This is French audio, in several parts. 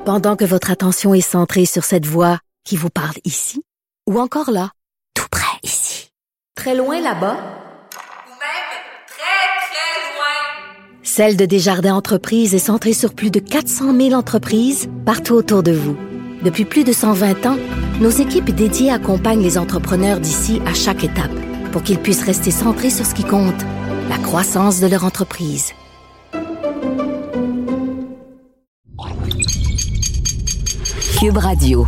Pendant que votre attention est centrée sur cette voix qui vous parle ici, ou encore là, tout près ici, très loin là-bas, ou même très, très loin. Celle de Desjardins Entreprises est centrée sur plus de 400 000 entreprises partout autour de vous. Depuis plus de 120 ans, nos équipes dédiées accompagnent les entrepreneurs d'ici à chaque étape pour qu'ils puissent rester centrés sur ce qui compte, la croissance de leur entreprise. Cube Radio.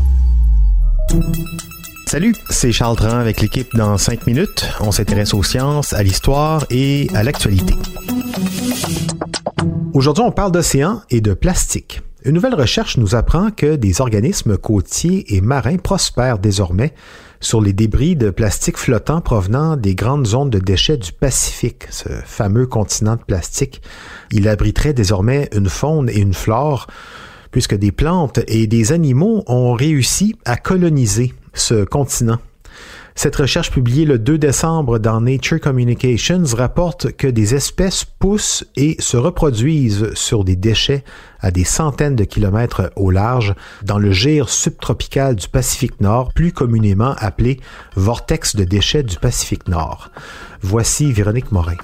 Salut, c'est Charles Tran avec l'équipe dans 5 minutes. On s'intéresse aux sciences, à l'histoire et à l'actualité. Aujourd'hui, on parle d'océan et de plastique. Une nouvelle recherche nous apprend que des organismes côtiers et marins prospèrent désormais sur les débris de plastique flottant provenant des grandes zones de déchets du Pacifique, ce fameux continent de plastique. Il abriterait désormais une faune et une flore, puisque des plantes et des animaux ont réussi à coloniser ce continent. Cette recherche publiée le 2 décembre dans Nature Communications rapporte que des espèces poussent et se reproduisent sur des déchets à des centaines de kilomètres au large dans le gir subtropical du Pacifique Nord, plus communément appelé vortex de déchets du Pacifique Nord. Voici Véronique Morin.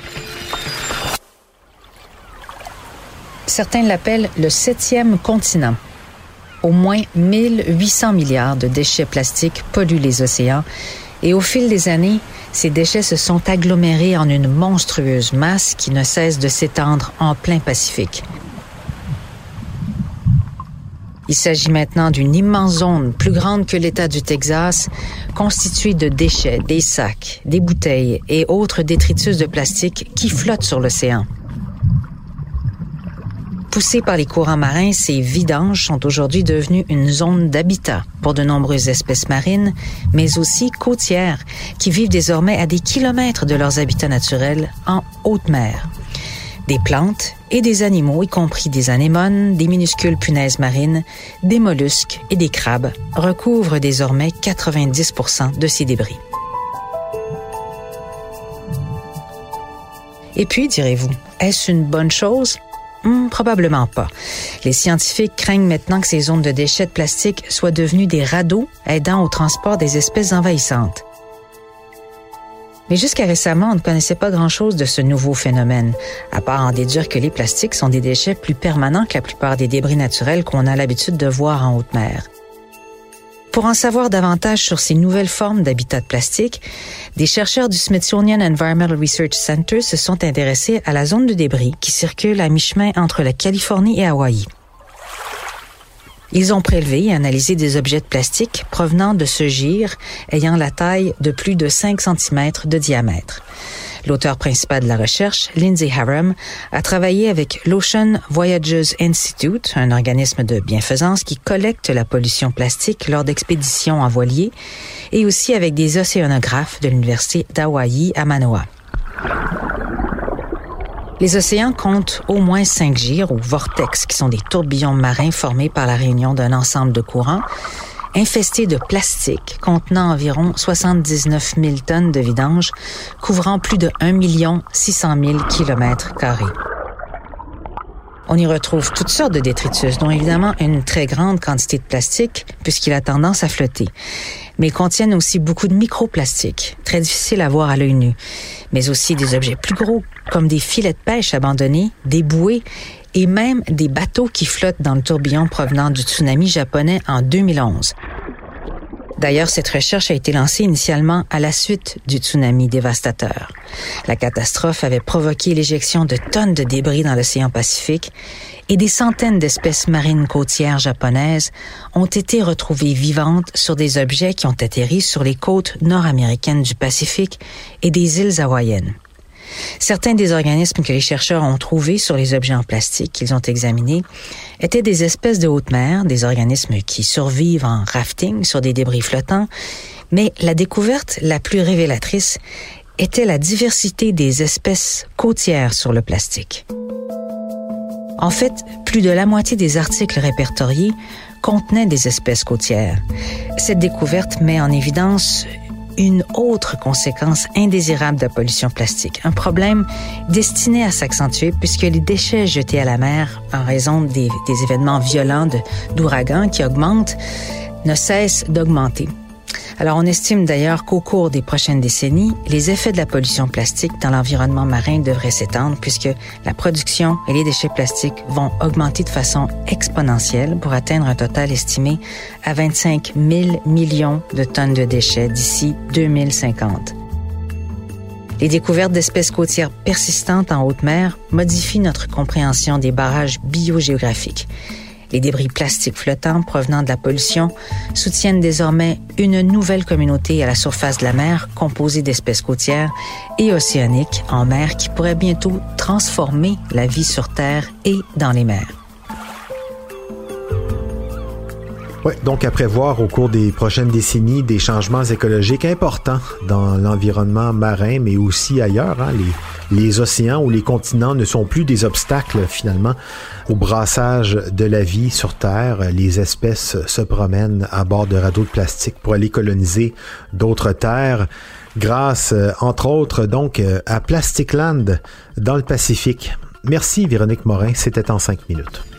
Certains l'appellent le 7e continent. Au moins 1800 milliards de déchets plastiques polluent les océans et au fil des années, ces déchets se sont agglomérés en une monstrueuse masse qui ne cesse de s'étendre en plein Pacifique. Il s'agit maintenant d'une immense zone plus grande que l'État du Texas, constituée de déchets, des sacs, des bouteilles et autres détritus de plastique qui flottent sur l'océan. Poussés par les courants marins, ces vidanges sont aujourd'hui devenues une zone d'habitat pour de nombreuses espèces marines, mais aussi côtières, qui vivent désormais à des kilomètres de leurs habitats naturels en haute mer. Des plantes et des animaux, y compris des anémones, des minuscules punaises marines, des mollusques et des crabes, recouvrent désormais 90% de ces débris. Et puis, direz-vous, est-ce une bonne chose? Probablement pas. Les scientifiques craignent maintenant que ces zones de déchets de plastique soient devenues des radeaux aidant au transport des espèces envahissantes. Mais jusqu'à récemment, on ne connaissait pas grand-chose de ce nouveau phénomène, à part en déduire que les plastiques sont des déchets plus permanents que la plupart des débris naturels qu'on a l'habitude de voir en haute mer. Pour en savoir davantage sur ces nouvelles formes d'habitat de plastique, des chercheurs du Smithsonian Environmental Research Center se sont intéressés à la zone de débris qui circule à mi-chemin entre la Californie et Hawaï. Ils ont prélevé et analysé des objets de plastique provenant de ce gir ayant la taille de plus de 5 cm de diamètre. L'auteur principal de la recherche, Lindsay Harum, a travaillé avec l'Ocean Voyagers Institute, un organisme de bienfaisance qui collecte la pollution plastique lors d'expéditions en voilier, et aussi avec des océanographes de l'Université d'Hawaï à Manoa. Les océans comptent au moins 5 gyres ou vortex, qui sont des tourbillons marins formés par la réunion d'un ensemble de courants, infestés de plastique contenant environ 79 000 tonnes de vidange, couvrant plus de 1 600 000 kilomètres carrés. On y retrouve toutes sortes de détritus, dont évidemment une très grande quantité de plastique, puisqu'il a tendance à flotter. Mais ils contiennent aussi beaucoup de microplastiques, très difficiles à voir à l'œil nu, mais aussi des objets plus gros, comme des filets de pêche abandonnés, des bouées, et même des bateaux qui flottent dans le tourbillon provenant du tsunami japonais en 2011. D'ailleurs, cette recherche a été lancée initialement à la suite du tsunami dévastateur. La catastrophe avait provoqué l'éjection de tonnes de débris dans l'océan Pacifique et des centaines d'espèces marines côtières japonaises ont été retrouvées vivantes sur des objets qui ont atterri sur les côtes nord-américaines du Pacifique et des îles hawaïennes. Certains des organismes que les chercheurs ont trouvés sur les objets en plastique qu'ils ont examinés étaient des espèces de haute mer, des organismes qui survivent en rafting sur des débris flottants, mais la découverte la plus révélatrice était la diversité des espèces côtières sur le plastique. En fait, plus de la moitié des articles répertoriés contenaient des espèces côtières. Cette découverte met en évidence une autre conséquence indésirable de la pollution plastique. Un problème destiné à s'accentuer puisque les déchets jetés à la mer en raison des événements violents d'ouragans qui augmentent ne cessent d'augmenter. Alors, on estime d'ailleurs qu'au cours des prochaines décennies, les effets de la pollution plastique dans l'environnement marin devraient s'étendre puisque la production et les déchets plastiques vont augmenter de façon exponentielle pour atteindre un total estimé à 25 000 millions de tonnes de déchets d'ici 2050. Les découvertes d'espèces côtières persistantes en haute mer modifient notre compréhension des barrages biogéographiques. Les débris plastiques flottants provenant de la pollution soutiennent désormais une nouvelle communauté à la surface de la mer composée d'espèces côtières et océaniques en mer qui pourrait bientôt transformer la vie sur Terre et dans les mers. Oui, donc à prévoir au cours des prochaines décennies des changements écologiques importants dans l'environnement marin, mais aussi ailleurs. Les océans ou les continents ne sont plus des obstacles finalement au brassage de la vie sur Terre. Les espèces se promènent à bord de radeaux de plastique pour aller coloniser d'autres terres grâce, entre autres, donc, à Plasticland dans le Pacifique. Merci Véronique Morin, c'était en 5 minutes.